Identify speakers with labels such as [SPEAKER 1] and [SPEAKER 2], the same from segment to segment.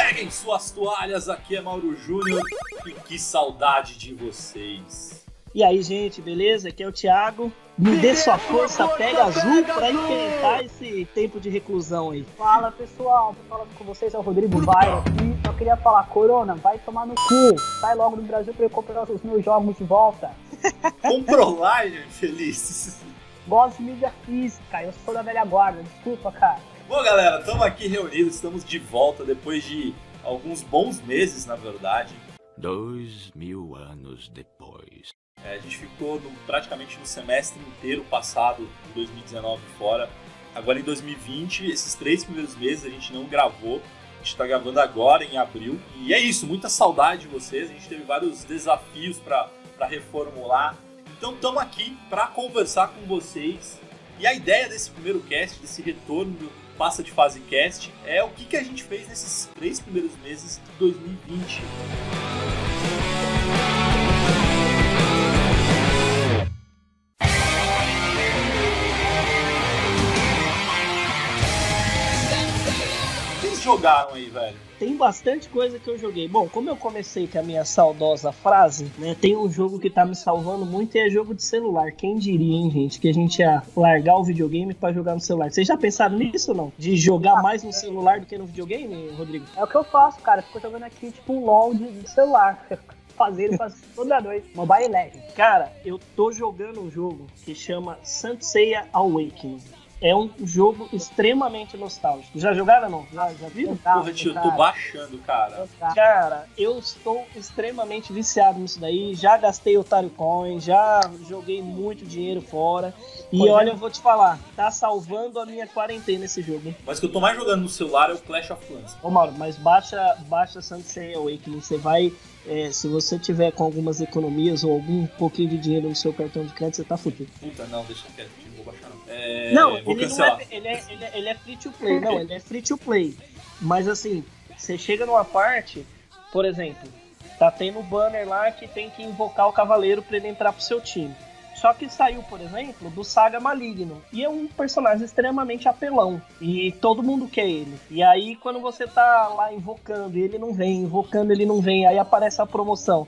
[SPEAKER 1] Peguem suas toalhas, aqui é Mauro Júnior e que saudade de vocês.
[SPEAKER 2] E aí, gente, beleza? Aqui é o Thiago. Me dê sua força, pega azul pra enfrentar esse tempo de reclusão aí.
[SPEAKER 3] Fala, pessoal, tô falando com vocês, é o Rodrigo Vaira aqui. Só queria falar, Corona, vai tomar no cu. Sai logo do Brasil pra eu comprar os meus jogos de volta.
[SPEAKER 1] Compra online, feliz.
[SPEAKER 3] Gosto de mídia física, eu sou da velha guarda, desculpa, cara.
[SPEAKER 1] Bom, galera, estamos aqui reunidos, estamos de volta depois de alguns bons meses, na verdade.
[SPEAKER 4] 2000 anos depois.
[SPEAKER 1] A gente ficou praticamente no semestre inteiro passado, de 2019 fora. Agora em 2020, esses 3 primeiros meses a gente não gravou. A gente está gravando agora, em abril. E é isso, muita saudade de vocês. A gente teve vários desafios para reformular. Então estamos aqui para conversar com vocês. E a ideia desse primeiro cast, desse retorno do Passa de Fase Cast, é o que a gente fez nesses 3 primeiros meses de 2020. Jogaram aí, velho?
[SPEAKER 2] Tem bastante coisa que eu joguei. Bom, como eu comecei com a minha saudosa frase, né? Tem um jogo que tá me salvando muito e é jogo de celular. Quem diria, hein, gente, que a gente ia largar o videogame pra jogar no celular. Vocês já pensaram nisso ou não? De jogar mais no celular do que no videogame, Rodrigo?
[SPEAKER 3] É o que eu faço, cara. Fico jogando aqui, tipo, um LOL de celular. Fazer toda noite. Mobile Legends.
[SPEAKER 2] Cara, eu tô jogando um jogo que chama Saint Seiya Awakening. É um jogo extremamente nostálgico. Já jogaram ou não? Já viram?
[SPEAKER 1] Porra, tio, eu tô baixando, cara.
[SPEAKER 2] Cara, eu estou extremamente viciado nisso daí. Já gastei Otário Coin, já joguei muito dinheiro fora. E olha, eu vou te falar, tá salvando a minha quarentena esse jogo.
[SPEAKER 1] Mas o que eu tô mais jogando no celular é o Clash of Clans.
[SPEAKER 2] Ô Mauro, mas baixa Saint Seiya Awakening. Você vai... se você tiver com algumas economias ou algum pouquinho de dinheiro no seu cartão de crédito, você tá fudido.
[SPEAKER 1] Puta, não, deixa quieto, não vou baixar não.
[SPEAKER 2] Não, ele é free to play. Não, ele é free to play. Mas assim, você chega numa parte, por exemplo, tá tendo um banner lá que tem que invocar o cavaleiro pra ele entrar pro seu time. Só que saiu, por exemplo, do Saga Maligno. E é um personagem extremamente apelão. E todo mundo quer ele. E aí, quando você tá lá invocando e ele não vem, invocando ele não vem, aí aparece a promoção.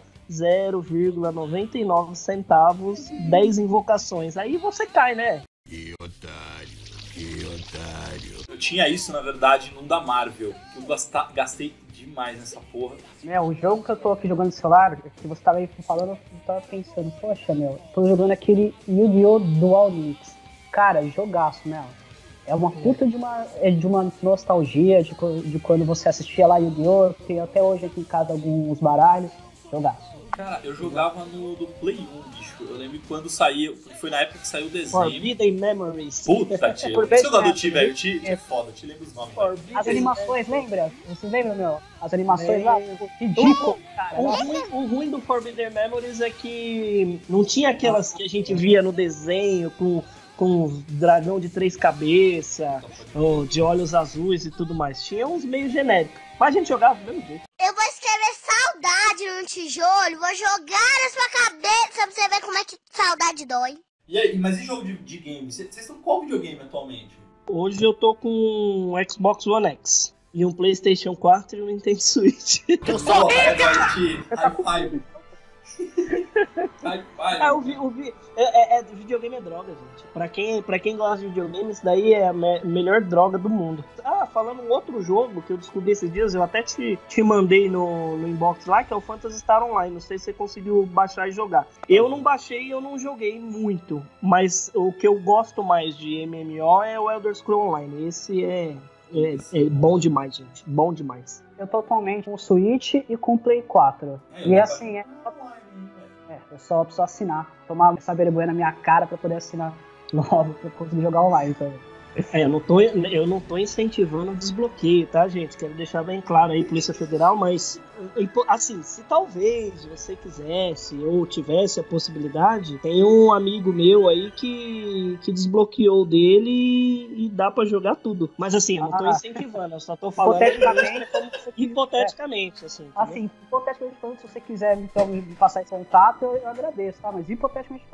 [SPEAKER 2] 0,99 centavos, 10 invocações. Aí você cai, né?
[SPEAKER 4] Que otário, que otário.
[SPEAKER 1] Eu tinha isso, na verdade, num da Marvel. Que eu gastei demais nessa porra.
[SPEAKER 3] O jogo que eu tô aqui jogando no celular, que você tava aí falando, eu tava pensando, poxa, tô jogando aquele Yu-Gi-Oh! Dual Links. Cara, jogaço, É uma puta de uma nostalgia de quando você assistia lá Yu-Gi-Oh! Tem até hoje aqui em casa alguns baralhos. Jogaço.
[SPEAKER 1] Cara, eu jogava do Play 1, bicho. Eu lembro quando saiu, foi na época que saiu o desenho.
[SPEAKER 2] Forbidden Memories.
[SPEAKER 1] Puta, tio. Você gosta do Ti, velho? O Ti é foda, Ti lembra os nomes.
[SPEAKER 3] As animações, lembra? Vocês lembram, As animações lá? Ridículo, cara.
[SPEAKER 2] O ruim do Forbidden Memories é que não tinha aquelas que a gente via no desenho com dragão de 3 cabeças, de olhos azuis e tudo mais. Tinha uns meio genéricos. Mas a gente jogava do mesmo jeito.
[SPEAKER 5] Eu vou escrever saudade no tijolo, vou jogar na sua cabeça pra você ver como é que saudade dói.
[SPEAKER 1] E aí, mas e jogo de game? Vocês estão com qual videogame atualmente?
[SPEAKER 2] Hoje eu tô com um Xbox One X. E um PlayStation 4 e um Nintendo Switch.
[SPEAKER 1] Eu sou High five.
[SPEAKER 2] Videogame é droga, gente. Pra quem gosta de videogame, isso daí é a melhor droga do mundo. Falando um outro jogo que eu descobri esses dias, eu até te mandei no inbox lá, que é o Phantasy Star Online. Não sei se você conseguiu baixar e jogar. Eu não baixei e eu não joguei muito. Mas o que eu gosto mais de MMO é o Elder Scrolls Online. Esse é bom demais, gente. Bom demais.
[SPEAKER 3] Eu tô atualmente com o Switch e com o Play 4. E assim, eu só preciso assinar. Tomar essa vergonha na minha cara pra poder assinar logo, pra conseguir jogar online também.
[SPEAKER 2] Eu não tô incentivando o desbloqueio, tá, gente? Quero deixar bem claro aí, Polícia Federal, mas assim, se talvez você quisesse ou tivesse a possibilidade, tem um amigo meu aí que desbloqueou dele e dá pra jogar tudo. Mas assim, eu não tô incentivando, eu só tô falando hipoteticamente, assim.
[SPEAKER 3] Assim, hipoteticamente falando, se você quiser então, me passar esse contato, eu agradeço, tá? Mas hipoteticamente falando.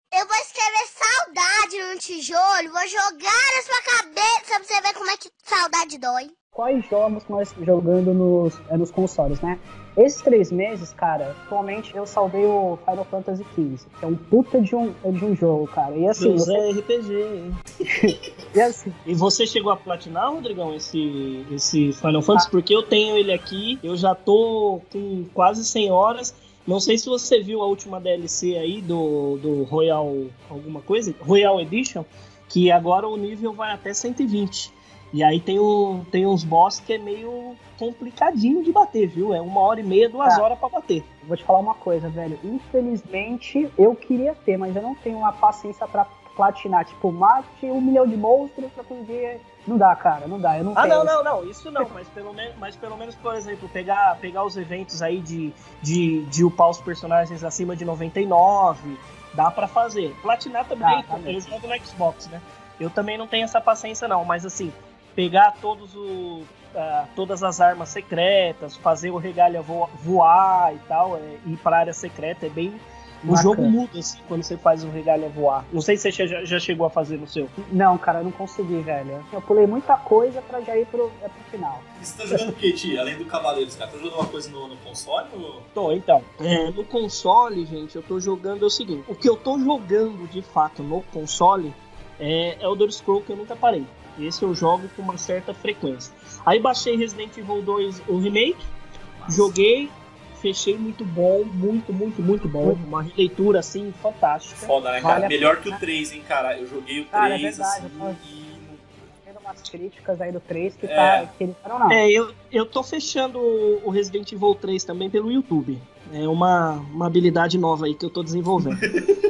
[SPEAKER 5] Eu vou escrever saudade no tijolo, vou jogar na sua cabeça pra você ver como é que saudade dói.
[SPEAKER 3] Quais jogos nós jogando nos consoles, né? Esses 3 meses, cara, atualmente eu salvei o Final Fantasy XV, que é um puta de um jogo, cara. E assim.
[SPEAKER 2] Deus é RPG, hein?
[SPEAKER 3] E assim.
[SPEAKER 2] E você chegou a platinar, Rodrigão, esse Final Fantasy? Porque eu tenho ele aqui, eu já tô com quase 100 horas. Não sei se você viu a última DLC aí do Royal alguma coisa, Royal Edition, que agora o nível vai até 120. E aí tem uns boss que é meio complicadinho de bater, viu? É 1h30, 2 horas pra bater.
[SPEAKER 3] Vou te falar uma coisa, velho. Infelizmente, eu queria ter, mas eu não tenho uma paciência pra platinar. Tipo, mate 1 milhão de monstros pra poder... Não dá, cara, não dá. Eu não tenho.
[SPEAKER 2] Não, isso não. Mas pelo menos, por exemplo, pegar os eventos aí de upar os personagens acima de 99, dá pra fazer. Platinar também, eu jogo no Xbox, né? Eu também não tenho essa paciência não, mas assim, pegar todas as armas secretas, fazer o regalha voar e tal, ir pra área secreta, é bem... O jogo muda, assim, quando você faz o regalha voar. Não sei se você já chegou a fazer no seu.
[SPEAKER 3] Não, cara, eu não consegui, velho. Eu pulei muita coisa pra já ir pro final.
[SPEAKER 1] E você tá jogando o que, Ti? Além do Cavaleiros, cara? Tá jogando uma coisa no console ou...
[SPEAKER 2] Tô, então. No console, gente, eu tô jogando o seguinte. O que eu tô jogando, de fato, no console é Elder Scrolls, que eu nunca parei. Esse eu jogo com uma certa frequência. Aí baixei Resident Evil 2, o remake, joguei, fechei, muito bom, muito bom. Uma releitura, assim, fantástica.
[SPEAKER 1] Foda, né, cara? Melhor que o 3, hein, cara? Eu joguei o 3,
[SPEAKER 3] cara, é verdade,
[SPEAKER 1] assim,
[SPEAKER 3] tendo umas críticas aí do 3 que eles falaram não.
[SPEAKER 2] Eu tô fechando o Resident Evil 3 também pelo YouTube. É uma habilidade nova aí que eu tô desenvolvendo.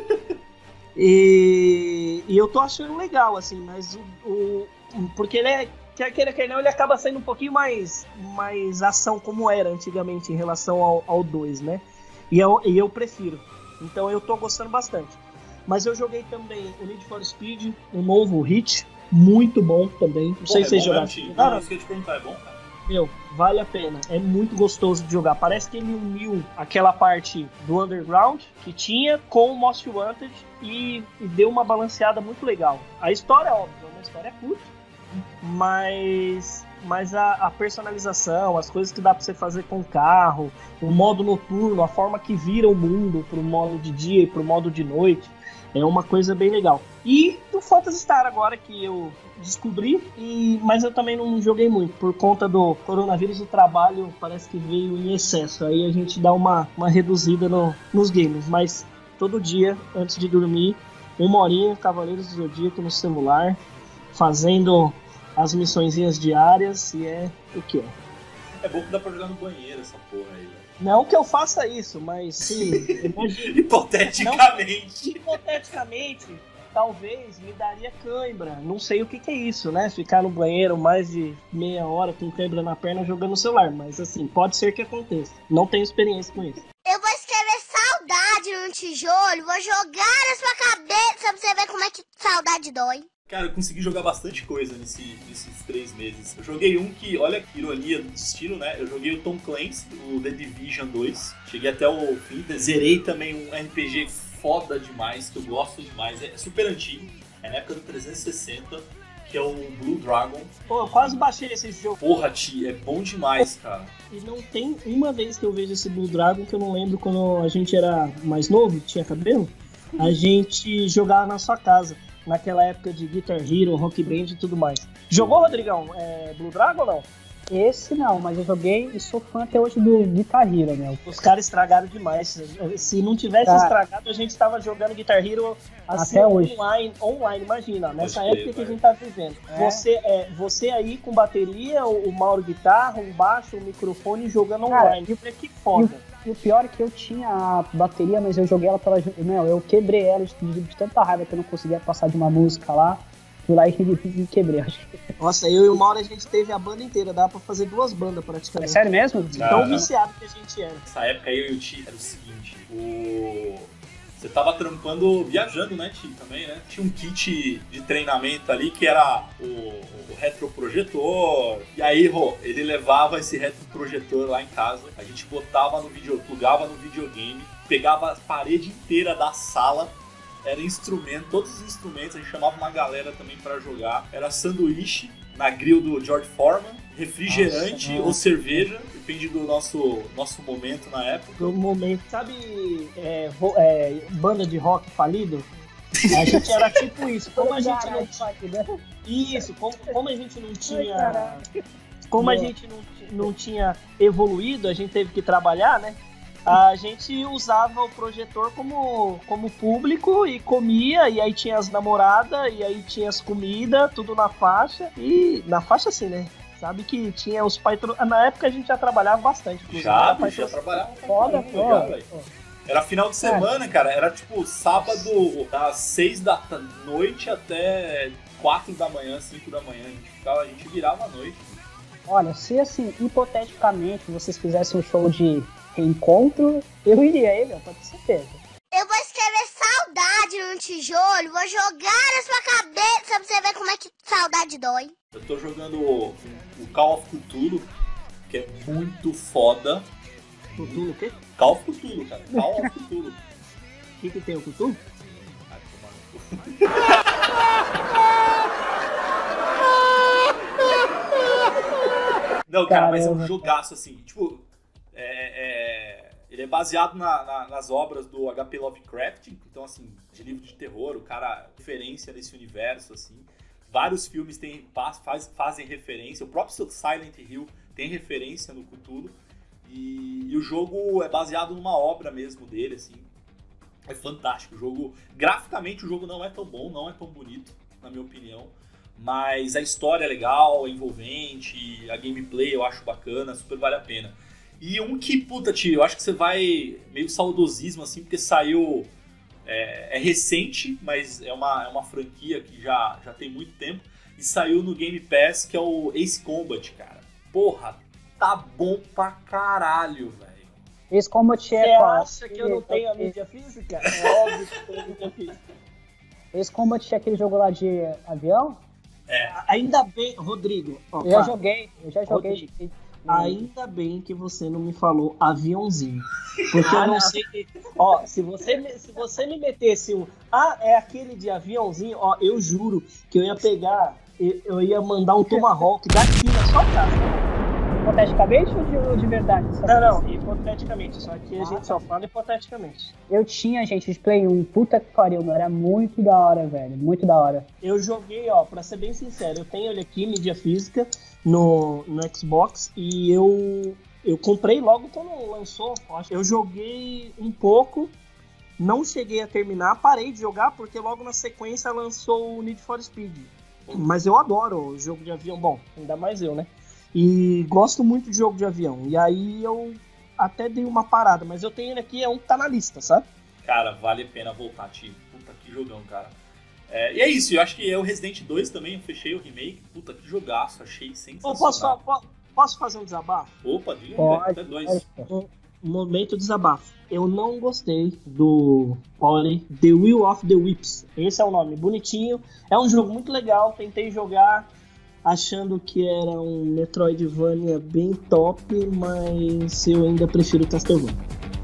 [SPEAKER 2] E eu tô achando legal, assim, mas porque ele é, quer não, ele acaba sendo um pouquinho mais ação como era antigamente em relação ao 2, né? E eu prefiro. Então eu tô gostando bastante. Mas eu joguei também o Need for Speed, o novo Hit, muito bom também. Não sei se vocês jogaram.
[SPEAKER 1] Não, isso que eu ia te perguntar, é bom, cara?
[SPEAKER 2] Meu, vale a pena. É muito gostoso de jogar. Parece que ele uniu aquela parte do Underground que tinha com o Most Wanted e deu uma balanceada muito legal. A história, óbvio, é uma história curta, mas a personalização, as coisas que dá pra você fazer com o carro, o modo noturno, a forma que vira o mundo pro modo de dia e pro modo de noite, é uma coisa bem legal. E do Phantasy Star agora que eu descobri, mas eu também não joguei muito, por conta do coronavírus, o trabalho parece que veio em excesso, aí a gente dá uma reduzida nos games, mas todo dia, antes de dormir, 1 horinha, Cavaleiros do Zodíaco no celular, fazendo as missõezinhas diárias, e é o que é.
[SPEAKER 1] É bom que dá pra jogar no banheiro essa porra aí, velho.
[SPEAKER 2] Não que eu faça isso, mas sim, hipoteticamente, talvez me daria cãibra. Não sei o que é isso, né? Ficar no banheiro mais de meia hora com cãibra na perna jogando no celular. Mas assim, pode ser que aconteça. Não tenho experiência com isso.
[SPEAKER 5] Eu vou escrever saudade no tijolo, vou jogar na sua cabeça pra você ver como é que saudade dói.
[SPEAKER 1] Cara, eu consegui jogar bastante coisa nesses 3 meses. Eu joguei um que, olha que ironia do destino, né? Eu joguei o Tom Clancy, o The Division 2. Cheguei até o fim. Zerei também um RPG foda demais, que eu gosto demais. É super antigo, é na época do 360, que é o Blue Dragon.
[SPEAKER 2] Pô, eu quase baixei esse jogo.
[SPEAKER 1] Porra, Ti, é bom demais, cara.
[SPEAKER 2] E não tem uma vez que eu vejo esse Blue Dragon que eu não lembro quando a gente era mais novo, tinha cabelo. A gente jogava na sua casa. Naquela época de Guitar Hero, Rock Band e tudo mais. Jogou, Rodrigão, Blue Dragon ou não?
[SPEAKER 3] Esse não, mas eu joguei e sou fã até hoje do Guitar Hero, né?
[SPEAKER 2] Os caras estragaram demais. Se não tivesse estragado, a gente tava jogando Guitar Hero assim,
[SPEAKER 3] até hoje.
[SPEAKER 2] Online, imagina, nessa época que a gente tá vivendo. Você aí com bateria, o Mauro guitarra, um baixo, um microfone jogando online. Que foda.
[SPEAKER 3] E o pior é que eu tinha a bateria, mas eu joguei ela pela... eu quebrei ela de tanta raiva que eu não conseguia passar de uma música lá. Fui lá e quebrei, acho que.
[SPEAKER 2] Nossa, eu e o Mauro, a gente teve a banda inteira, dá pra fazer 2 bandas praticamente.
[SPEAKER 3] É sério mesmo?
[SPEAKER 2] Tão viciado que a gente era.
[SPEAKER 1] Nessa época eu e o Ti era o seguinte, você tava trampando, viajando, né, Ti, também, né? Tinha um kit de treinamento ali que era o retroprojetor. E aí, ele levava esse retroprojetor lá em casa, a gente plugava no videogame, pegava a parede inteira da sala, era instrumento, todos os instrumentos, a gente chamava uma galera também pra jogar. Era sanduíche na grill do George Foreman, refrigerante ou cerveja, depende do nosso momento na época.
[SPEAKER 2] Do momento, sabe, banda de rock falido? A gente era tipo isso. Como a gente não tinha... Isso, como a gente não tinha... Como a gente não tinha evoluído, a gente teve que trabalhar, né? A gente usava o projetor como público e comia, e aí tinha as namoradas, e aí tinha as comidas, tudo na faixa. E na faixa assim, né? Sabe que tinha os patrocínios. Na época a gente já trabalhava bastante.
[SPEAKER 1] Já trabalhava.
[SPEAKER 3] Foda.
[SPEAKER 1] Era final de semana, cara. Era tipo sábado, das 6 da noite até 4 da manhã, 5 da manhã. A gente virava a noite.
[SPEAKER 3] Olha, se assim, hipoteticamente, vocês fizessem um show de reencontro, eu iria aí, meu, pode ter certeza.
[SPEAKER 5] Eu vou escrever saudade no tijolo, vou jogar na sua cabeça pra você ver como é que saudade dói.
[SPEAKER 1] Eu tô jogando o Call of Cthulhu, que é muito foda.
[SPEAKER 2] Cthulhu o quê?
[SPEAKER 1] Call of Cthulhu, cara. Call of Cthulhu.
[SPEAKER 2] O que tem o Cthulhu?
[SPEAKER 1] Ai, tomar no cu. Não, cara, mas é um jogaço, assim, tipo, ele é baseado nas obras do H.P. Lovecraft, então, assim, de livro de terror, o cara referência nesse universo, assim, vários filmes fazem referência, o próprio Silent Hill tem referência no Cthulhu, e o jogo é baseado numa obra mesmo dele, assim, é fantástico, o jogo, graficamente o jogo não é tão bom, não é tão bonito, na minha opinião, mas a história é legal, é envolvente, a gameplay eu acho bacana, super vale a pena. E um que, puta, tio, eu acho que você vai meio saudosismo, assim, porque saiu... É recente, mas é uma franquia que já tem muito tempo. E saiu no Game Pass, que é o Ace Combat, cara. Porra, tá bom pra caralho, velho.
[SPEAKER 3] Ace Combat
[SPEAKER 2] Você acha que eu não tenho a mídia física? É óbvio que eu tenho a mídia física.
[SPEAKER 3] Ace Combat é aquele jogo lá de avião?
[SPEAKER 2] Ainda bem, Rodrigo.
[SPEAKER 3] Eu já joguei.
[SPEAKER 2] Rodrigo, ainda bem que você não me falou aviãozinho. Porque eu não sei. Ó, se você me metesse é aquele de aviãozinho, ó, eu juro que eu ia pegar, eu ia mandar um Tomahawk daqui na sua casa.
[SPEAKER 3] Hipoteticamente ou de verdade?
[SPEAKER 2] Não, hipoteticamente. Só que a gente só fala hipoteticamente.
[SPEAKER 3] Eu tinha, gente, de Play 1. Puta que pariu, meu. Era muito da hora, velho. Muito da hora.
[SPEAKER 2] Eu joguei, ó, pra ser bem sincero, eu tenho ele aqui, mídia física, no Xbox, e eu comprei logo quando lançou. Eu joguei um pouco, não cheguei a terminar, parei de jogar, porque logo na sequência lançou o Need for Speed. Mas eu adoro o jogo de avião, bom, ainda mais eu, né? E gosto muito de jogo de avião. E aí eu até dei uma parada, mas eu tenho ele aqui, é um que tá na lista, sabe?
[SPEAKER 1] Cara, vale a pena voltar, tio. Puta, que jogão, cara. E é isso, eu acho que é o Resident 2 também, eu fechei o remake. Puta, que jogaço, achei sensacional.
[SPEAKER 2] Posso fazer um desabafo?
[SPEAKER 1] Opa, diga, até dois.
[SPEAKER 2] Um momento desabafo. Eu não gostei do The Will of the Wisps. Esse é o nome, bonitinho. É um jogo muito legal, tentei jogar achando que era um Metroidvania bem top, mas eu ainda prefiro Castlevania.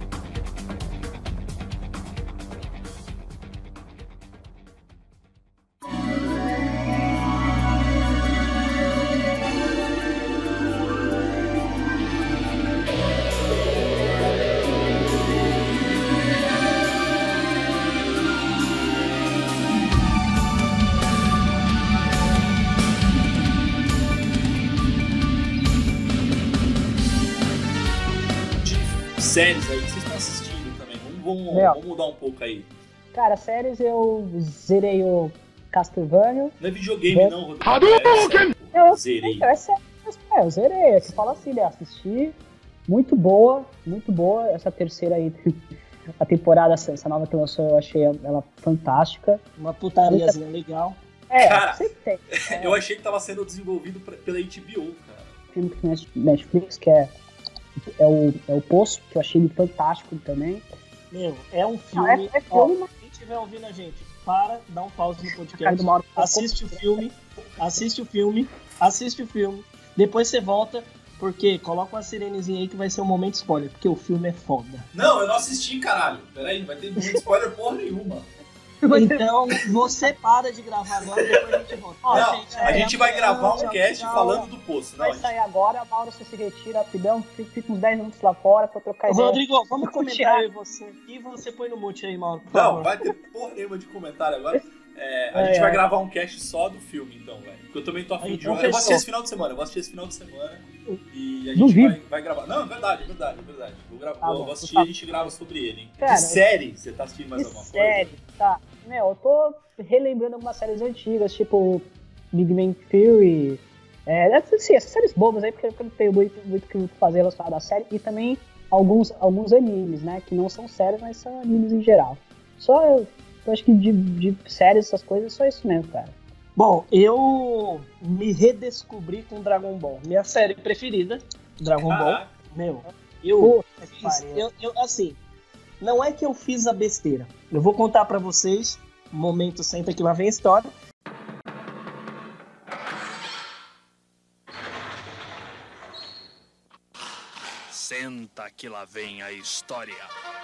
[SPEAKER 1] Séries aí que vocês estão assistindo também. Vamos mudar um pouco aí.
[SPEAKER 3] Cara, séries eu zerei o Castlevania.
[SPEAKER 1] Não é videogame não, Rodrigo.
[SPEAKER 3] Eu
[SPEAKER 1] zerei.
[SPEAKER 3] Eu zerei. Você fala assim, né? Assisti. Muito boa. Essa terceira aí, a temporada, essa nova que lançou, eu achei ela fantástica.
[SPEAKER 2] Uma putariazinha legal.
[SPEAKER 1] Cara,
[SPEAKER 3] sempre tem.
[SPEAKER 1] Eu achei que tava sendo desenvolvido pela HBO, cara.
[SPEAKER 3] Filme que Netflix, que é o Poço, que eu achei ele fantástico também.
[SPEAKER 2] Meu, é um filme. Ó, quem estiver ouvindo a gente, dá um pause no podcast. Assiste o filme. Depois você volta, porque coloca uma sirenezinha aí que vai ser um momento spoiler, porque o filme é foda.
[SPEAKER 1] Não, eu não assisti, caralho. Peraí, não vai ter muito spoiler porra nenhuma.
[SPEAKER 2] Então, você para de gravar agora e depois a gente volta.
[SPEAKER 1] Não, gente, a gente vai gravar um cast falando do Poço.
[SPEAKER 3] Vai sair agora, Mauro, você se retira rapidão, fica uns 10 minutos lá fora pra trocar ideia.
[SPEAKER 2] Rodrigo, vamos comentar você. E você põe no mute aí, Mauro.
[SPEAKER 1] Não, vai ter porra nenhuma de comentário agora. A gente vai gravar um cast só do filme, então, velho. Porque eu também tô afim de jogar. Eu vou assistir esse final de semana. E a gente vai gravar. Não, é verdade. Vou assistir e a gente grava sobre ele, hein? Cara, de série, você tá assistindo mais alguma coisa? Série,
[SPEAKER 3] tá. Eu tô relembrando algumas séries antigas, tipo Big Bang Theory. Assim, essas séries bobas aí, porque eu não tenho muito o que fazer relacionado à série. E também alguns animes, né? Que não são séries, mas são animes em geral. Eu acho que de séries, essas coisas, só isso mesmo, cara.
[SPEAKER 2] Bom, eu me redescobri com Dragon Ball. Minha série preferida, Dragon Ball. Eu assim, não é que eu fiz a besteira. Eu vou contar pra vocês, momento senta que lá vem a história.
[SPEAKER 6] Senta que lá vem a história.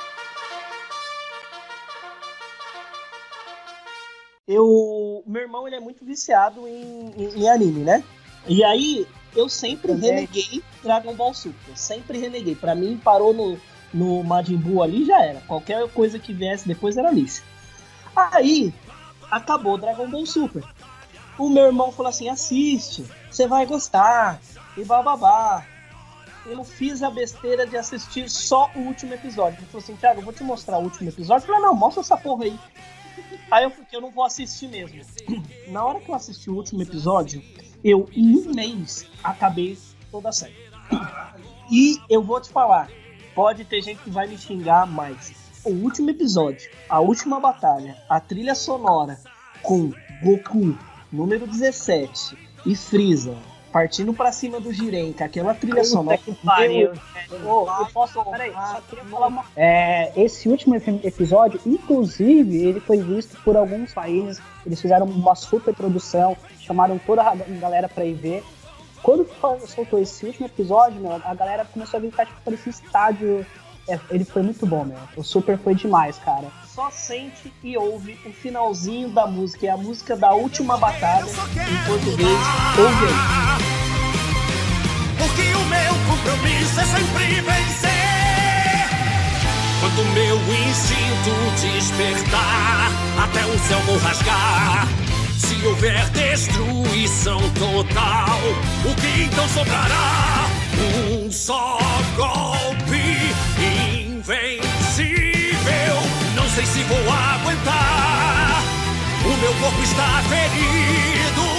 [SPEAKER 2] Meu irmão, ele é muito viciado em anime, né? E aí, eu sempre reneguei Dragon Ball Super. Sempre reneguei. Pra mim, parou no Majin Buu ali, já era. Qualquer coisa que viesse depois era lixo. Aí, acabou Dragon Ball Super. O meu irmão falou assim, assiste, você vai gostar, e bababá. Eu fiz a besteira de assistir só o último episódio. Ele falou assim, Thiago, eu vou te mostrar o último episódio. Eu falei, não, mostra essa porra aí. Aí eu fiquei, eu não vou assistir mesmo. Na hora que eu assisti o último episódio, eu, em um mês, acabei toda a série. E eu vou te falar, pode ter gente que vai me xingar, mas o último episódio, a última batalha, a trilha sonora com Goku, número 17, e Freeza partindo pra cima do Jiren, com aquela trilha sonora.
[SPEAKER 3] Que pariu. Eu posso. Peraí, só queria falar uma. Esse último episódio, inclusive, ele foi visto por alguns países. Eles fizeram uma super produção, chamaram toda a galera pra ir ver. Quando soltou esse último episódio, a galera começou a vir, tipo, parecia estádio. Ele foi muito bom, O Super foi demais, cara.
[SPEAKER 2] Só sente e ouve o finalzinho da música. É a música da última batalha em português. Ouve aí.
[SPEAKER 6] Porque o meu compromisso é sempre vencer. Quando o meu instinto despertar, até o céu vou rasgar. Se houver destruição total, o que então sobrará? Um só golpe invencível. Não sei se vou aguentar. O meu corpo está ferido.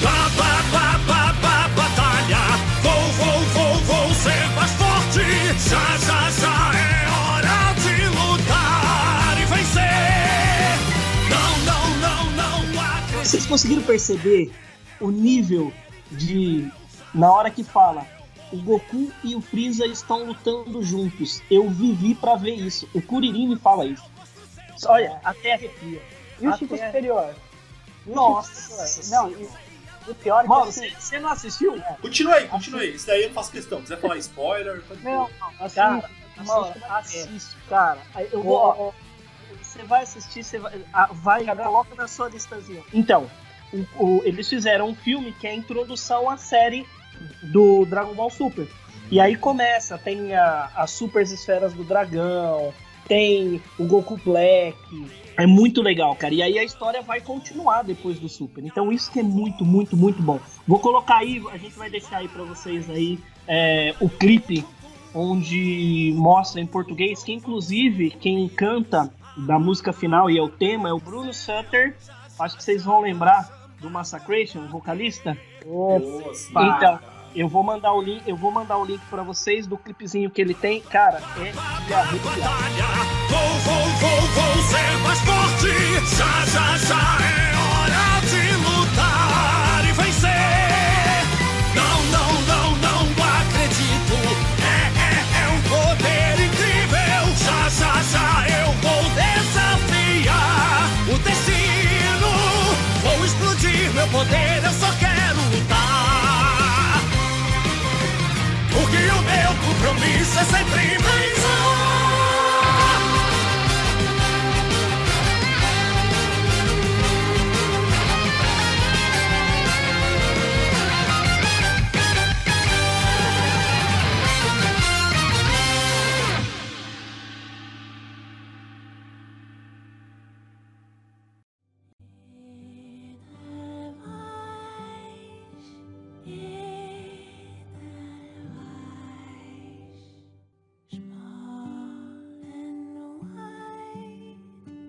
[SPEAKER 6] Batalha. Vou ser mais forte. Já é hora de lutar e vencer. Não acredito.
[SPEAKER 2] Vocês conseguiram perceber o nível de... Na hora que fala, o Goku e o Freeza estão lutando juntos. Eu vivi pra ver isso. O Kuririn me fala isso. Olha, até arrepia.
[SPEAKER 3] E o Chico Superior?
[SPEAKER 2] Nossa.
[SPEAKER 3] Não, o pior é
[SPEAKER 2] que... você não assistiu?
[SPEAKER 1] Continue aí. Isso daí eu não faço questão. Se quiser falar spoiler...
[SPEAKER 3] Não,
[SPEAKER 2] assiste, cara. Eu vou... Você vai assistir, coloca na sua listazinha. Então, eles fizeram um filme que é a introdução à série do Dragon Ball Super. E aí começa, tem as super esferas do dragão, tem o Goku Black. É muito legal, cara. E aí a história vai continuar depois do Super. Então isso que é muito, muito, muito bom. Vou colocar aí, a gente vai deixar aí pra vocês aí o clipe onde mostra em português, que inclusive quem canta da música final e é o tema é o Bruno Sutter. Acho que vocês vão lembrar do Massacration, o vocalista. Então, eu vou mandar o link pra vocês do clipezinho que ele tem. Cara, é de arrepiar.
[SPEAKER 6] Vou ser mais forte. Já é hora de lutar e vencer. Não acredito. É um poder incrível. Já eu vou desafiar o destino. Vou explodir meu poder, eu só quero lutar. Porque o meu compromisso é sempre vencer.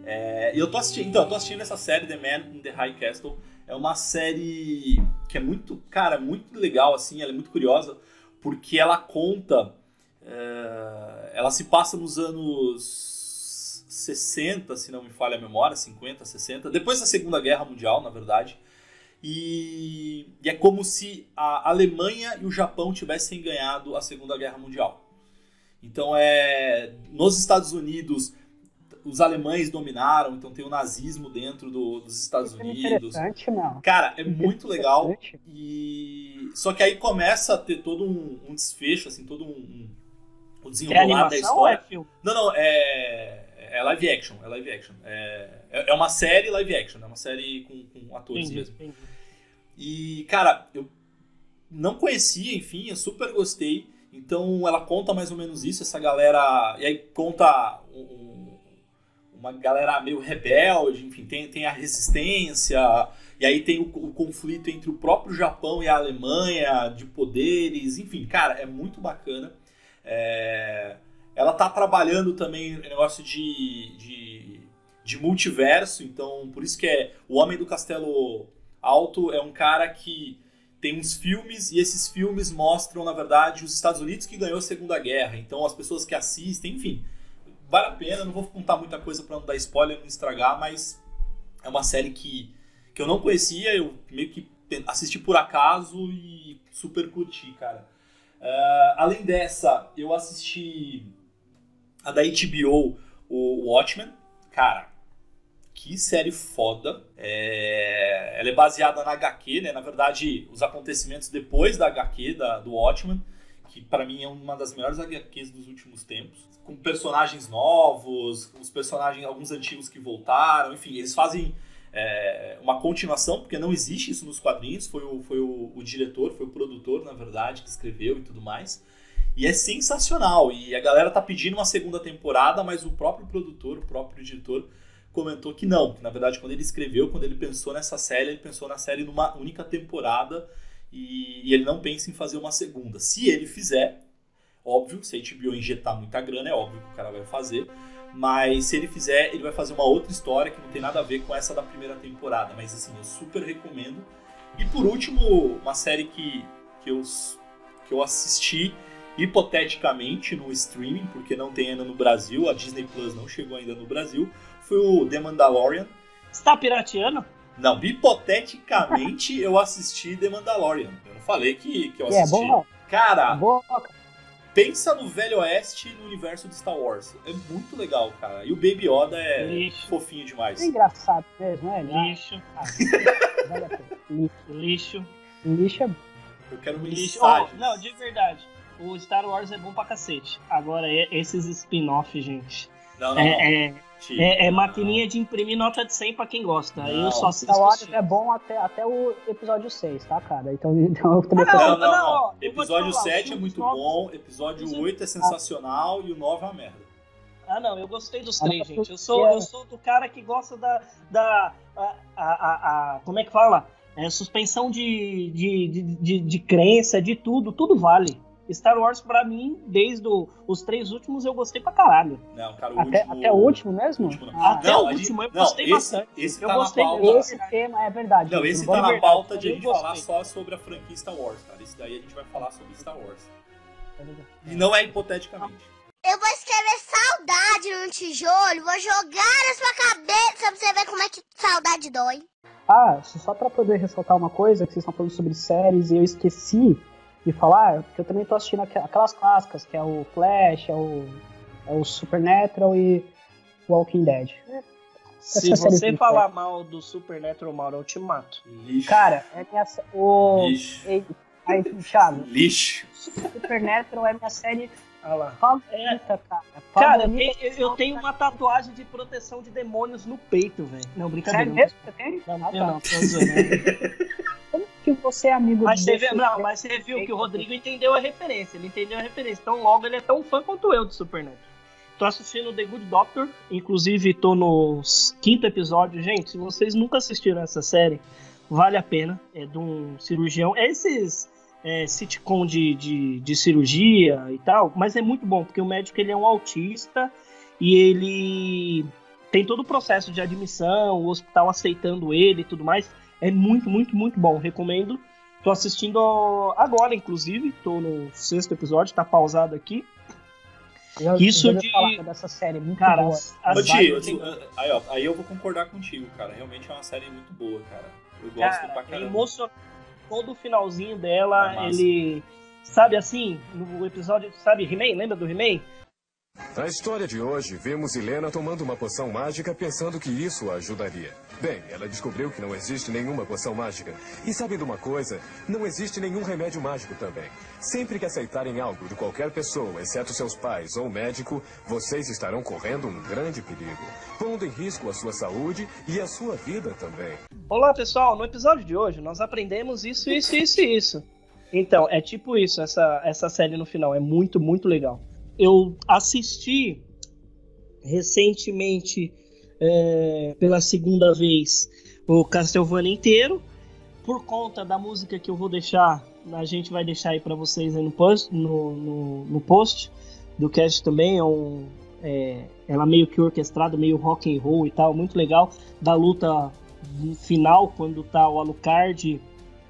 [SPEAKER 1] E eu tô assistindo essa série, The Man in the High Castle. É uma série que é muito legal, assim, ela é muito curiosa, porque ela conta... ela se passa nos anos 60, se não me falha a memória, 50, 60, depois da Segunda Guerra Mundial, na verdade. E é como se a Alemanha e o Japão tivessem ganhado a Segunda Guerra Mundial. Então, nos Estados Unidos, os alemães dominaram, então tem o nazismo dentro dos Estados Unidos.
[SPEAKER 3] Interessante, não.
[SPEAKER 1] Cara, é muito legal. Só que aí começa a ter todo um desfecho, assim, todo o desenrolar da história. Ou é filme? Não, é live action. É uma série live action, é uma série com atores mesmo. Entendi. E, cara, eu não conhecia, enfim, eu super gostei. Então ela conta mais ou menos isso, essa galera... E aí conta uma galera meio rebelde, enfim, tem a resistência... E aí tem o conflito entre o próprio Japão e a Alemanha, de poderes, enfim, cara, é muito bacana. Ela tá trabalhando também no negócio de multiverso, então por isso que o Homem do Castelo Alto é um cara que tem uns filmes, e esses filmes mostram, na verdade, os Estados Unidos que ganhou a Segunda Guerra, então as pessoas que assistem, enfim, vale a pena, não vou contar muita coisa pra não dar spoiler, não estragar, mas é uma série que eu não conhecia, eu meio que assisti por acaso e super curti, cara. Além dessa, eu assisti a da HBO, o Watchmen. Cara, que série foda. Ela é baseada na HQ, né? Na verdade, os acontecimentos depois da HQ, do Watchmen, que pra mim é uma das melhores HQs dos últimos tempos. Com personagens novos, os personagens, alguns antigos que voltaram, enfim, eles fazem... uma continuação, porque não existe isso nos quadrinhos, foi o diretor, foi o produtor, na verdade, que escreveu e tudo mais, e é sensacional, e a galera tá pedindo uma segunda temporada, mas o próprio produtor, o próprio diretor comentou que não, que na verdade quando ele escreveu, quando ele pensou nessa série, ele pensou na série numa única temporada, e ele não pensa em fazer uma segunda. Se ele fizer, óbvio, se a HBO injetar muita grana, é óbvio que o cara vai fazer. Mas se ele fizer, ele vai fazer uma outra história que não tem nada a ver com essa da primeira temporada. Mas assim, eu super recomendo. E por último, uma série que eu assisti hipoteticamente no streaming, porque não tem ainda no Brasil, a Disney Plus não chegou ainda no Brasil, foi o The Mandalorian.
[SPEAKER 2] Você tá pirateando?
[SPEAKER 1] Não, hipoteticamente eu assisti The Mandalorian. Eu não falei que eu assisti.
[SPEAKER 3] É bom.
[SPEAKER 1] Cara...
[SPEAKER 3] É bom.
[SPEAKER 1] Pensa no Velho Oeste no universo de Star Wars. É muito legal, cara. E o Baby Yoda é fofinho demais.
[SPEAKER 3] É engraçado mesmo, né?
[SPEAKER 2] Lixo. Lixo.
[SPEAKER 3] Lixo é...
[SPEAKER 1] Eu quero mensagens.
[SPEAKER 2] Não, de verdade. O Star Wars é bom pra cacete. Agora, esses spin-off, gente...
[SPEAKER 1] Não.
[SPEAKER 2] É maquininha de imprimir nota de 100 pra quem gosta.
[SPEAKER 1] Não.
[SPEAKER 2] Eu só assisto.
[SPEAKER 3] Star Wars é bom até o episódio 6, tá, cara? Então eu também
[SPEAKER 1] não. Episódio 7 é muito bom, episódio 8 é sensacional e o 9 é uma merda.
[SPEAKER 2] Não, eu gostei dos três, gente. Eu sou do cara que gosta como é que fala? Suspensão de crença, de tudo vale. Star Wars, pra mim, desde os 3 últimos, eu gostei pra caralho.
[SPEAKER 1] Não, cara,
[SPEAKER 3] até o último mesmo?
[SPEAKER 2] Até o último, eu gostei bastante.
[SPEAKER 1] Esse
[SPEAKER 2] eu
[SPEAKER 1] tá
[SPEAKER 2] gostei
[SPEAKER 1] na pauta.
[SPEAKER 3] Esse tema é verdade.
[SPEAKER 1] Não, esse tá na pauta de a gente falar só sobre a franquia Star Wars, cara. Esse daí a gente vai falar sobre Star Wars. E não é hipoteticamente.
[SPEAKER 5] Eu vou escrever saudade no tijolo, vou jogar na sua cabeça pra você ver como é que saudade dói.
[SPEAKER 3] Só pra poder ressaltar uma coisa, que vocês estão falando sobre séries e eu esqueci de falar, porque eu também tô assistindo aquelas clássicas, que é o Flash, é o Supernatural e o Walking Dead.
[SPEAKER 2] Se você falar mal do Supernatural, Mauro, eu te mato.
[SPEAKER 1] Lixo.
[SPEAKER 3] Cara,
[SPEAKER 1] Lixo.
[SPEAKER 3] Aí, Thiago.
[SPEAKER 1] Lixo.
[SPEAKER 3] Supernatural é minha série
[SPEAKER 2] favorita, cara. Cara, eu tenho uma tatuagem de proteção de demônios no peito, velho. Não, brincadeira.
[SPEAKER 3] Sério mesmo? Você tem?
[SPEAKER 2] Não, tô zoando.
[SPEAKER 3] Como que você é amigo
[SPEAKER 2] mas você viu que o Rodrigo entendeu a referência. Ele entendeu a referência. Então logo ele é tão fã quanto eu de Supernatural. Tô assistindo The Good Doctor. Inclusive tô no 5º episódio. Gente, se vocês nunca assistiram essa série, vale a pena. É de um cirurgião. É esses sitcom de cirurgia e tal. Mas é muito bom, porque o médico ele é um autista. E tem todo o processo de admissão, o hospital aceitando ele e tudo mais. É muito, muito, muito bom. Recomendo. Tô assistindo agora, inclusive. Tô no 6º episódio, tá pausado aqui.
[SPEAKER 3] Isso de falar dessa série muito
[SPEAKER 2] cara,
[SPEAKER 3] boa.
[SPEAKER 1] Aí eu vou concordar contigo, cara. Realmente é uma série muito boa, cara. Eu gosto pra caramba.
[SPEAKER 2] É emocionante. Todo o finalzinho dela, ele... Sabe assim, no episódio... Sabe He-Man? Lembra do He-Man?
[SPEAKER 7] Na história de hoje, vemos Helena tomando uma poção mágica pensando que isso a ajudaria. Bem, ela descobriu que não existe nenhuma poção mágica. E sabem de uma coisa? Não existe nenhum remédio mágico também. Sempre que aceitarem algo de qualquer pessoa, exceto seus pais ou médico, vocês estarão correndo um grande perigo, pondo em risco a sua saúde e a sua vida também.
[SPEAKER 2] Olá, pessoal. No episódio de hoje, nós aprendemos isso. Então, é tipo isso, essa série no final. É muito, muito legal. Eu assisti recentemente, pela segunda vez, o Castlevania inteiro. Por conta da música que eu vou deixar, a gente vai deixar aí pra vocês aí no post do cast também. Ela meio que orquestrada, meio rock and roll e tal, muito legal. Da luta final, quando tá o Alucard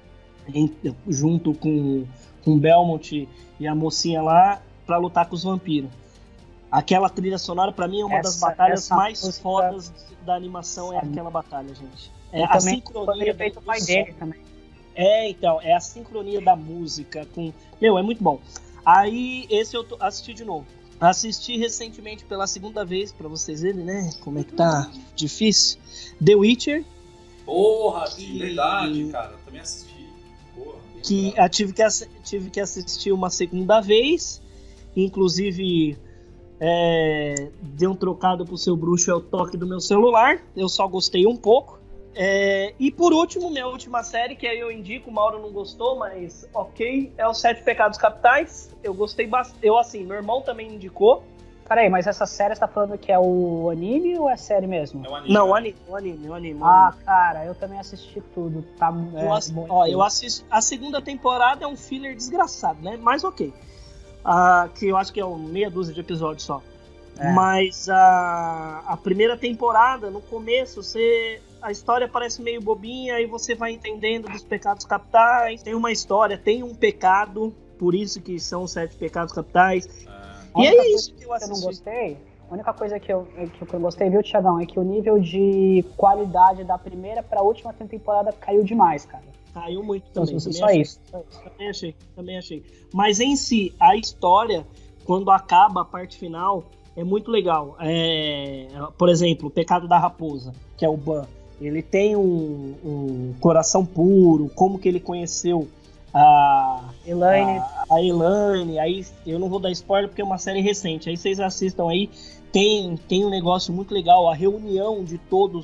[SPEAKER 2] junto com o Belmont e a mocinha lá, pra lutar com os vampiros. Aquela trilha sonora, pra mim, é uma das batalhas mais fodas da animação. É aquela batalha, gente. A sincronia
[SPEAKER 3] do pai dele também.
[SPEAKER 2] Então, é a sincronia da música com... Meu, é muito bom. Aí, esse eu assisti de novo. Assisti recentemente pela segunda vez, pra vocês verem, né? Como é que tá difícil. The Witcher.
[SPEAKER 1] Porra, verdade, cara. Também assisti. Porra,
[SPEAKER 2] tive que assistir uma segunda vez. Inclusive, deu um trocado pro seu bruxo, é o toque do meu celular. Eu só gostei um pouco. E por último, minha última série, que aí eu indico, o Mauro não gostou, mas ok, é os 7 Pecados Capitais. Eu gostei bastante. Meu irmão também indicou.
[SPEAKER 3] Peraí, mas essa série você tá falando que é o anime ou é série mesmo?
[SPEAKER 1] É o anime.
[SPEAKER 2] Não, o anime.
[SPEAKER 3] Ah, cara, eu também assisti tudo. Tá
[SPEAKER 2] eu assisti. A segunda temporada é um filler desgraçado, né? Mas ok. Que eu acho que é meia dúzia de episódios só. Mas a primeira temporada, no começo, a história parece meio bobinha, e você vai entendendo dos pecados capitais. Tem uma história, tem um pecado, por isso que são os 7 pecados capitais. E é isso que eu assisti.
[SPEAKER 3] Eu não gostei. A única coisa que eu não gostei, viu, Thiagão, é que o nível de qualidade da primeira pra última temporada caiu demais, cara.
[SPEAKER 2] Caiu muito também.
[SPEAKER 3] Só isso.
[SPEAKER 2] Também achei. Mas em si, a história, quando acaba a parte final, é muito legal. Por exemplo, o Pecado da Raposa, que é o Ban. Ele tem um coração puro, como que ele conheceu a Elaine. Aí eu não vou dar spoiler porque é uma série recente. Aí vocês assistam aí. Tem um negócio muito legal, a reunião de todos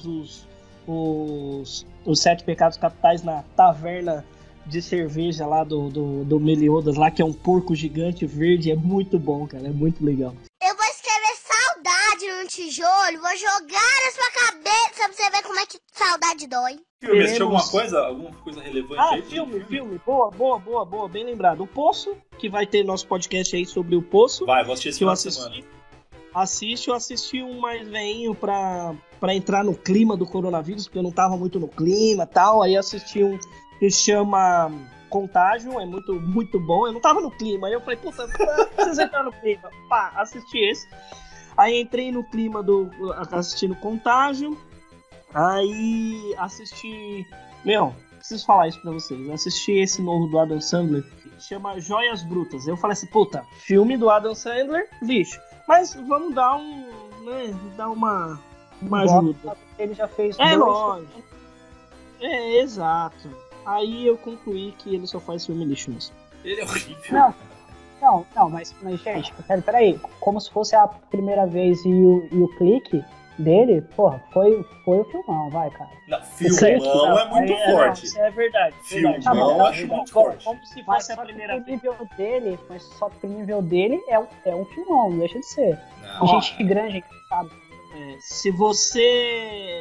[SPEAKER 2] os 7 pecados capitais na taverna de cerveja lá do Meliodas lá, que é um porco gigante verde. É muito bom, cara, é muito legal.
[SPEAKER 5] Eu vou escrever saudade no tijolo, vou jogar na sua cabeça pra você ver como é que saudade dói.
[SPEAKER 1] Filme, assistiu alguma coisa relevante aí?
[SPEAKER 2] Filme, boa, bem lembrado. O Poço, que vai ter nosso podcast aí sobre o Poço.
[SPEAKER 1] Vai, vou assistir esse final de semana.
[SPEAKER 2] Eu assisti um mais veinho pra entrar no clima do coronavírus, porque eu não tava muito no clima e tal. Aí assisti um que chama Contágio, é muito, muito bom. Eu não tava no clima, aí eu falei, puta, preciso entrar no clima. Pá, assisti esse. Aí entrei no clima assistindo Contágio. Aí assisti... preciso falar isso pra vocês. Eu assisti esse novo do Adam Sandler, que chama Joias Brutas. Eu falei assim, puta, filme do Adam Sandler, lixo. Mas vamos dar uma ajuda.
[SPEAKER 3] Ele já fez
[SPEAKER 2] lógico. Exato. Aí eu concluí que ele só faz filme lixo mesmo.
[SPEAKER 1] Ele é horrível.
[SPEAKER 3] Não, mas gente, peraí. Como se fosse a primeira vez e o clique dele, porra, foi o filmão, vai, cara.
[SPEAKER 1] Não, filmão é muito forte.
[SPEAKER 2] Isso é verdade.
[SPEAKER 1] Filmão eu acho muito forte.
[SPEAKER 2] Como se fosse a primeira vez.
[SPEAKER 3] Mas só que o nível dele é um filmão, não deixa de ser.
[SPEAKER 1] Não,
[SPEAKER 3] gente grande, sabe?
[SPEAKER 2] Se você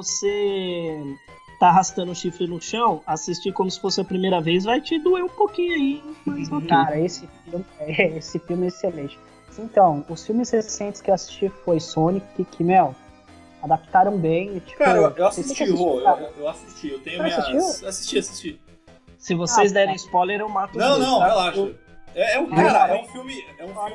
[SPEAKER 2] tá arrastando o chifre no chão, assistir como se fosse a primeira vez vai te doer um pouquinho aí. Mas okay.
[SPEAKER 3] Cara, esse filme é excelente. Então, os filmes recentes que eu assisti foi Sonic, que Adaptaram bem. Tipo,
[SPEAKER 1] cara, eu assisti, Rô. Eu assisti. Eu tenho
[SPEAKER 3] minhas...
[SPEAKER 1] Assisti.
[SPEAKER 2] Se vocês derem spoiler, eu mato
[SPEAKER 1] não,
[SPEAKER 2] dois,
[SPEAKER 1] não,
[SPEAKER 2] tá?
[SPEAKER 1] relaxa. Cara, é um filme...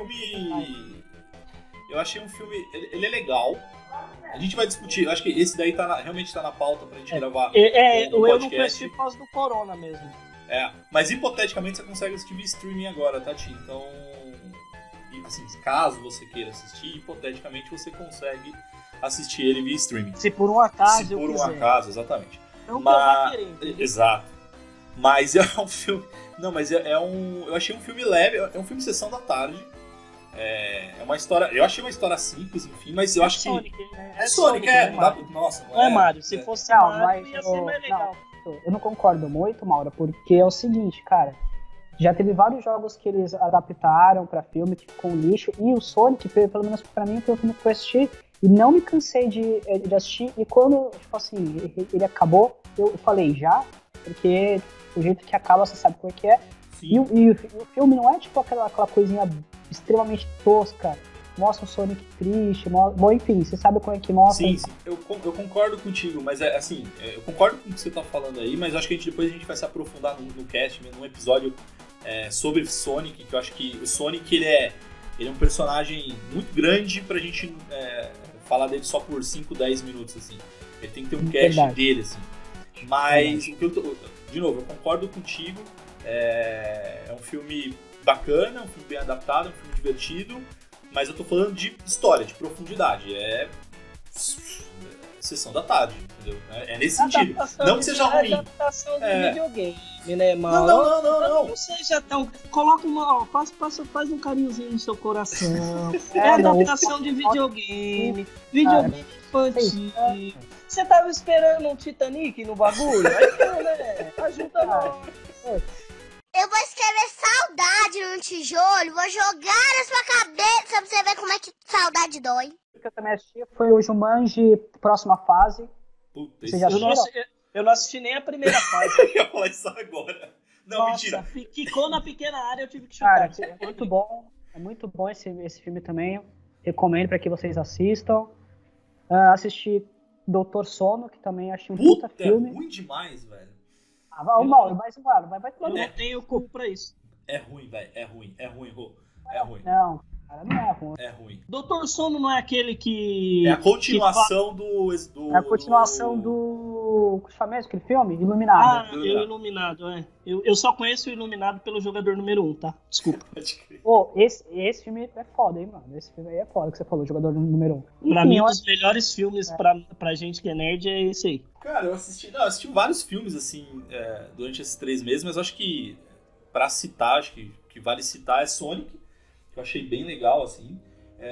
[SPEAKER 1] Eu achei um filme... Ele é legal. A gente vai discutir. Eu acho que esse daí realmente tá na pauta pra gente gravar.
[SPEAKER 2] Eu não conheci por causa do Corona mesmo.
[SPEAKER 1] Mas hipoteticamente você consegue assistir via streaming agora, Tati. Então, assim, caso você queira assistir, hipoteticamente você consegue assistir ele via streaming.
[SPEAKER 2] Se por um acaso
[SPEAKER 1] Se por um acaso, exatamente.
[SPEAKER 2] Não vai querer.
[SPEAKER 1] Exato. Mas é um filme... Não, mas eu achei um filme leve. É um filme Sessão da Tarde. É uma história... Eu achei uma história simples, enfim, mas eu acho
[SPEAKER 2] Sonic,
[SPEAKER 1] que...
[SPEAKER 2] né?
[SPEAKER 1] Sonic, Nossa,
[SPEAKER 2] não é Mario. Se fosse Mario, ia ser mais legal.
[SPEAKER 3] Eu não concordo muito, Maura, porque é o seguinte, cara. Já teve vários jogos que eles adaptaram pra filme que ficou um lixo. E o Sonic, pelo menos pra mim, foi o filme que eu assisti. E não me cansei de assistir. E quando, tipo assim, ele acabou, eu falei já. Porque o jeito que acaba, você sabe como é que é. E o filme não é tipo aquela coisinha extremamente tosca. Mostra o Sonic triste. Bom, enfim, você sabe como é que mostra.
[SPEAKER 1] Sim. Eu concordo contigo, mas assim, eu concordo com o que você tá falando aí, mas acho que depois a gente vai se aprofundar no cast, num episódio sobre Sonic, que eu acho que o Sonic, ele é um personagem muito grande pra gente falar dele só por 5, 10 minutos, assim. Ele tem que ter um cast dele, assim. Mas, de novo, eu concordo contigo. É um filme bacana, um filme bem adaptado, um filme divertido, mas eu tô falando de história, de profundidade. Sessão da Tarde, entendeu? É nesse sentido. Não que seja ruim.
[SPEAKER 2] Adaptação de videogame, né, Mauro?
[SPEAKER 1] Não.
[SPEAKER 2] Não seja tão... Coloca uma... Faz um carinhozinho no seu coração. Adaptação de videogame. Videogame infantil. Você tava esperando um Titanic no bagulho? Aí, né? Ajuda nós.
[SPEAKER 5] Eu vou escrever saudade no tijolo, vou jogar na sua cabeça pra você ver como é que saudade dói.
[SPEAKER 3] O que eu também assisti foi o Jumanji Próxima Fase.
[SPEAKER 1] Puta,
[SPEAKER 3] você já assistiu?
[SPEAKER 2] Eu não assisti nem a primeira fase.
[SPEAKER 1] Eu ia falar isso agora. Não, mentira.
[SPEAKER 2] Quicou na pequena área, eu tive que chutar.
[SPEAKER 3] Cara, é muito bom. É muito bom esse filme também. Recomendo para que vocês assistam. Assisti Doutor Sono, que também achei um puta filme.
[SPEAKER 1] É ruim demais, velho.
[SPEAKER 3] Mauro, vai tomar.
[SPEAKER 2] Eu não tenho corpo pra isso.
[SPEAKER 1] É ruim, velho. É ruim, Rô.
[SPEAKER 3] É ruim. Não, cara, não é ruim.
[SPEAKER 1] É ruim.
[SPEAKER 2] Doutor Sono não é aquele que...
[SPEAKER 1] É a continuação do...
[SPEAKER 3] É a continuação do... Como chama mesmo aquele filme? Iluminado.
[SPEAKER 2] Iluminado, Eu só conheço o Iluminado pelo jogador número 1, tá? Desculpa.
[SPEAKER 3] Esse filme é foda, hein, mano? Esse filme aí é foda que você falou, jogador número 1. Enfim,
[SPEAKER 2] pra mim, um dos melhores filmes pra gente que é nerd é esse aí.
[SPEAKER 1] Cara, eu assisti vários filmes, assim, durante esses 3 meses, mas eu acho que, pra citar, acho que vale citar, é Sonic, que eu achei bem legal, assim.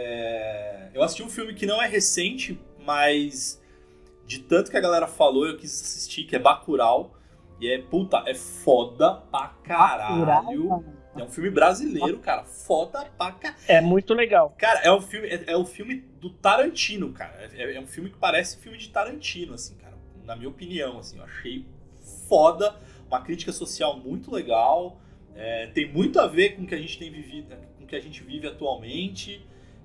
[SPEAKER 1] Eu assisti um filme que não é recente, mas de tanto que a galera falou, eu quis assistir, que é Bacurau. E é foda pra caralho. É um filme brasileiro, cara. Foda pra caralho.
[SPEAKER 2] É muito legal.
[SPEAKER 1] Cara, é um filme do Tarantino, cara. É um filme que parece filme de Tarantino, assim, cara. Na minha opinião, assim. Eu achei foda. Uma crítica social muito legal. Tem muito a ver com o que a gente tem vivido, com o que a gente vive atualmente.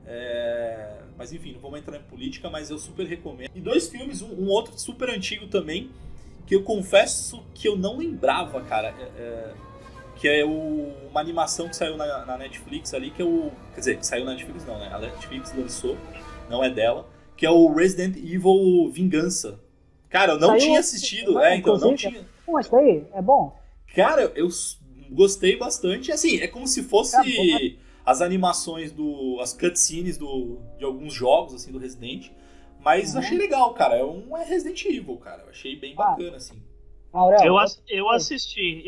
[SPEAKER 1] Mas enfim, não vamos entrar em política, mas eu super recomendo. E 2 filmes, um outro super antigo também, que eu confesso que eu não lembrava, cara. Que é uma animação que saiu na Netflix ali, que é o... Quer dizer, que saiu na Netflix não, né? A Netflix lançou, não é dela. Que é o Resident Evil Vingança. Cara, eu não tinha assistido. Então, não tinha...
[SPEAKER 3] Pô, isso aí é bom?
[SPEAKER 1] Cara, eu gostei bastante. Assim, é como se fosse as animações as cutscenes de alguns jogos, assim, do Resident. Mas eu achei legal, cara. É Resident Evil, cara. Eu achei bem bacana, assim.
[SPEAKER 2] Eu assisti.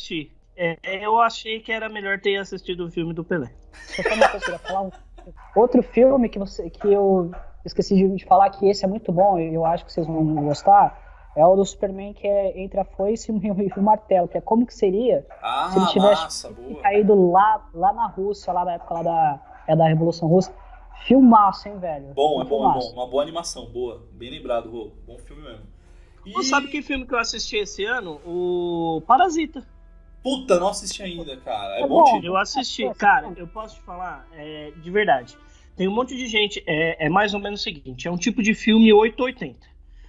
[SPEAKER 2] Eu achei que era melhor ter assistido o filme do Pelé.
[SPEAKER 3] Outro filme que eu esqueci de falar, que esse é muito bom, eu acho que vocês vão gostar, é o do Superman, que é Entre a Foice e o Martelo, que é como que seria se ele tivesse caído lá na Rússia, lá na época da Revolução Russa. Filmaço, hein, velho?
[SPEAKER 1] É bom. Uma boa animação, boa. Bem lembrado, Rô. Bom filme mesmo.
[SPEAKER 2] Você sabe que filme que eu assisti esse ano? O Parasita.
[SPEAKER 1] Puta, não assisti ainda, cara. É bom,
[SPEAKER 2] Eu assisti. Cara, eu posso te falar, de verdade. Tem um monte de gente. É mais ou menos o seguinte: é um tipo de filme 880.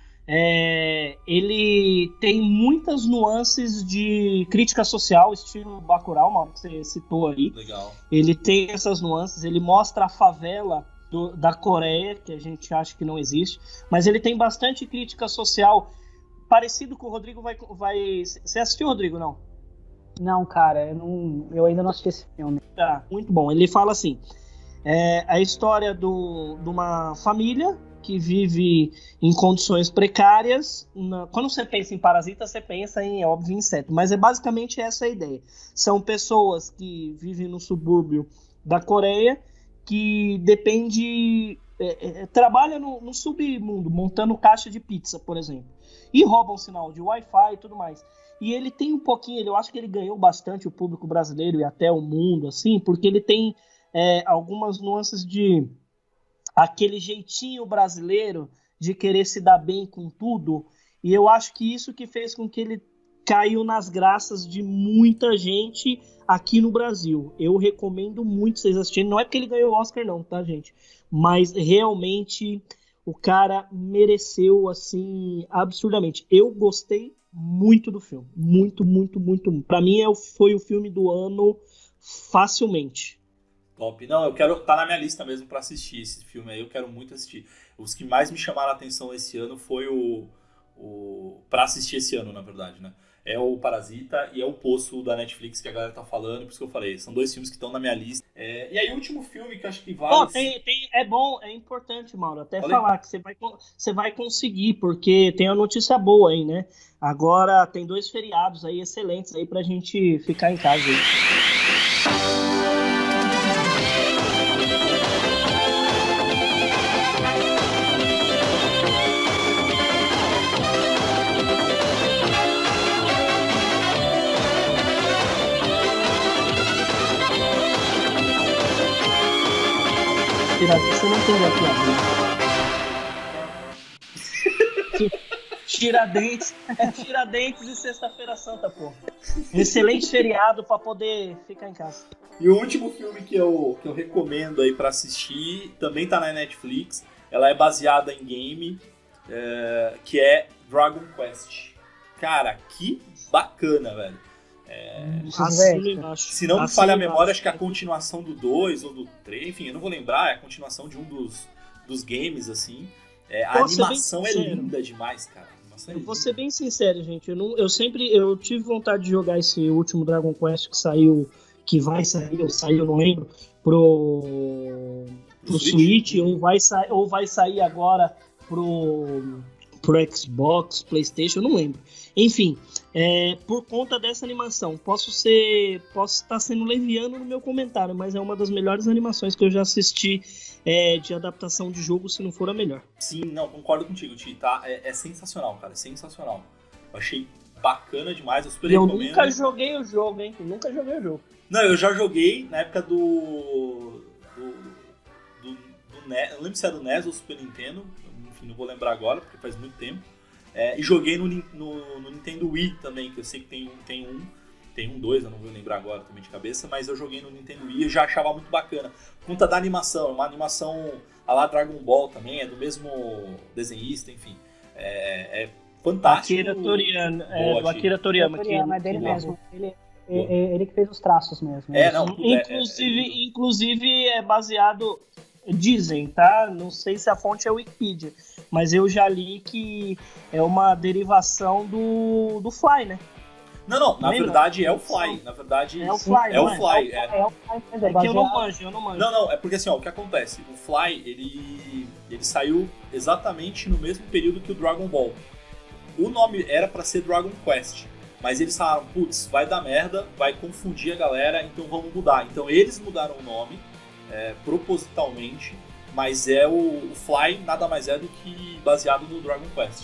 [SPEAKER 2] Ele tem muitas nuances de crítica social, estilo Bacurau, mal que você citou aí.
[SPEAKER 1] Legal.
[SPEAKER 2] Ele tem essas nuances, ele mostra a favela da Coreia, que a gente acha que não existe, mas ele tem bastante crítica social, parecido com o Rodrigo vai... Você assistiu, Rodrigo, não?
[SPEAKER 3] Não, cara, eu ainda não assisti esse filme.
[SPEAKER 2] Tá, muito bom. Ele fala assim, a história de uma família que vive em condições precárias. Quando você pensa em parasita, você pensa em, óbvio, inseto, mas é basicamente essa a ideia. São pessoas que vivem no subúrbio da Coreia, que trabalha no submundo, montando caixa de pizza, por exemplo, e roubam sinal de Wi-Fi e tudo mais. E ele tem um pouquinho, eu acho que ele ganhou bastante o público brasileiro e até o mundo, assim, porque ele tem algumas nuances de aquele jeitinho brasileiro de querer se dar bem com tudo, e eu acho que isso que fez com que ele caiu nas graças de muita gente aqui no Brasil. Eu recomendo muito vocês assistirem, não é porque ele ganhou o Oscar não, tá, gente? Mas realmente o cara mereceu, assim, absurdamente. Eu gostei muito do filme, muito, muito, muito. Pra mim foi o filme do ano facilmente.
[SPEAKER 1] Top. Não, eu quero... Tá na minha lista mesmo pra assistir esse filme aí. Eu quero muito assistir. Os que mais me chamaram a atenção esse ano foi pra assistir esse ano, na verdade, né? É o Parasita e é o Poço da Netflix que a galera tá falando. Por isso que eu falei. São 2 filmes que estão na minha lista. E aí o último filme que eu acho que vale...
[SPEAKER 2] É bom, é importante, Mauro, até falar que você vai conseguir, porque tem uma notícia boa aí, né? Agora tem 2 feriados aí excelentes aí pra gente ficar em casa aí. Você não entendeu a piada. Tiradentes e Sexta-feira Santa, pô. Excelente feriado pra poder ficar em casa.
[SPEAKER 1] E o último filme que eu recomendo aí pra assistir, também tá na Netflix. Ela é baseada em game, que é Dragon Quest. Cara, que bacana, velho. Se não me falha a memória, acho que é a continuação do 2 ou do 3, enfim, eu não vou lembrar, é a continuação de um dos games, assim. A animação é linda demais, cara.
[SPEAKER 2] Eu vou ser bem sincero, gente, eu tive vontade de jogar esse último Dragon Quest que vai sair, ou saiu, não lembro, pro Switch, ou vai sair agora pro Xbox, PlayStation, eu não lembro. Enfim, por conta dessa animação, posso estar sendo leviano no meu comentário, mas é uma das melhores animações que eu já assisti de adaptação de jogo, se não for a melhor.
[SPEAKER 1] Sim, não, concordo contigo, Ti, tá? É sensacional, cara, é sensacional. Eu achei bacana demais, eu super recomendo.
[SPEAKER 2] Eu nunca joguei o jogo, hein?
[SPEAKER 1] Não, eu já joguei na época do NES, eu lembro se era do NES ou Super Nintendo, enfim, não vou lembrar agora, porque faz muito tempo. E joguei no Nintendo Wii também, que eu sei que tem um 2, eu não vou lembrar agora também de cabeça, mas eu joguei no Nintendo Wii e já achava muito bacana. Conta da animação, uma animação a lá Dragon Ball também, é do mesmo desenhista, enfim. É fantástico.
[SPEAKER 2] Akira Toriyama. Do Akira Toriyama.
[SPEAKER 3] É dele mesmo. Ele que fez os traços mesmo.
[SPEAKER 2] Inclusive é baseado... Dizem, tá? Não sei se a fonte é Wikipedia, mas eu já li que é uma derivação do Fly, né?
[SPEAKER 1] Não, na verdade é o Fly. Na verdade
[SPEAKER 2] é o Fly.
[SPEAKER 1] É o Fly,
[SPEAKER 2] que eu não manjo.
[SPEAKER 1] Não, é porque assim, ó, o que acontece? O Fly, ele saiu exatamente no mesmo período que o Dragon Ball. O nome era pra ser Dragon Quest, mas eles falaram, putz, vai dar merda, vai confundir a galera, então vamos mudar. Então eles mudaram o nome, propositalmente, mas o Fly nada mais é do que baseado no Dragon Quest.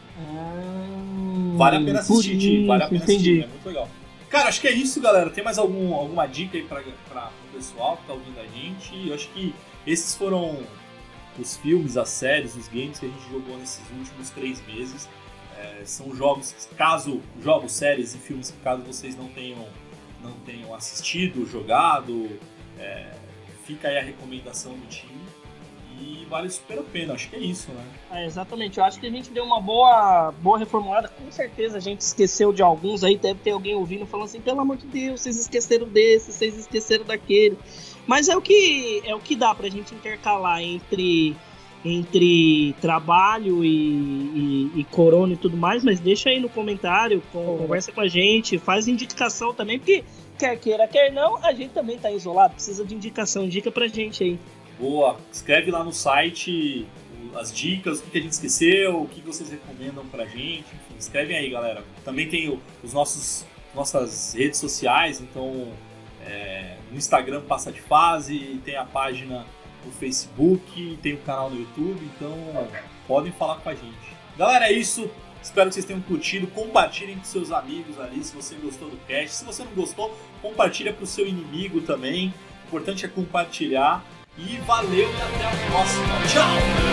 [SPEAKER 1] Vale a pena assistir, vale a pena assistir, é muito legal. Cara, acho que é isso, galera. Tem mais alguma dica aí para o pessoal que tá ouvindo a gente? Eu acho que esses foram os filmes, as séries, os games que a gente jogou nesses últimos 3 meses. São jogos, séries e filmes que caso vocês não tenham assistido, jogado, fica aí a recomendação do time. E vale super a pena, acho que é isso, né?
[SPEAKER 2] Exatamente, eu acho que a gente deu uma boa reformulada. Com certeza a gente esqueceu de alguns aí, deve ter alguém ouvindo falando assim, pelo amor de Deus, vocês esqueceram desse, vocês esqueceram daquele. Mas é o que dá pra gente intercalar entre trabalho e corona e tudo mais, mas deixa aí no comentário, conversa com a gente, faz indicação também, porque quer queira, quer não, a gente também tá isolado, precisa de indicação, indica pra gente aí.
[SPEAKER 1] Boa, escreve lá no site as dicas, o que a gente esqueceu, o que vocês recomendam pra gente, enfim, escrevem aí, galera. Também tem nossas redes sociais, então no Instagram Passa de Fase, tem a página no Facebook, tem o canal no YouTube, então podem falar com a gente. Galera, é isso, espero que vocês tenham curtido, compartilhem com seus amigos ali, se você gostou do cast, se você não gostou, compartilha pro seu inimigo também, o importante é compartilhar. E valeu e até a próxima. Tchau!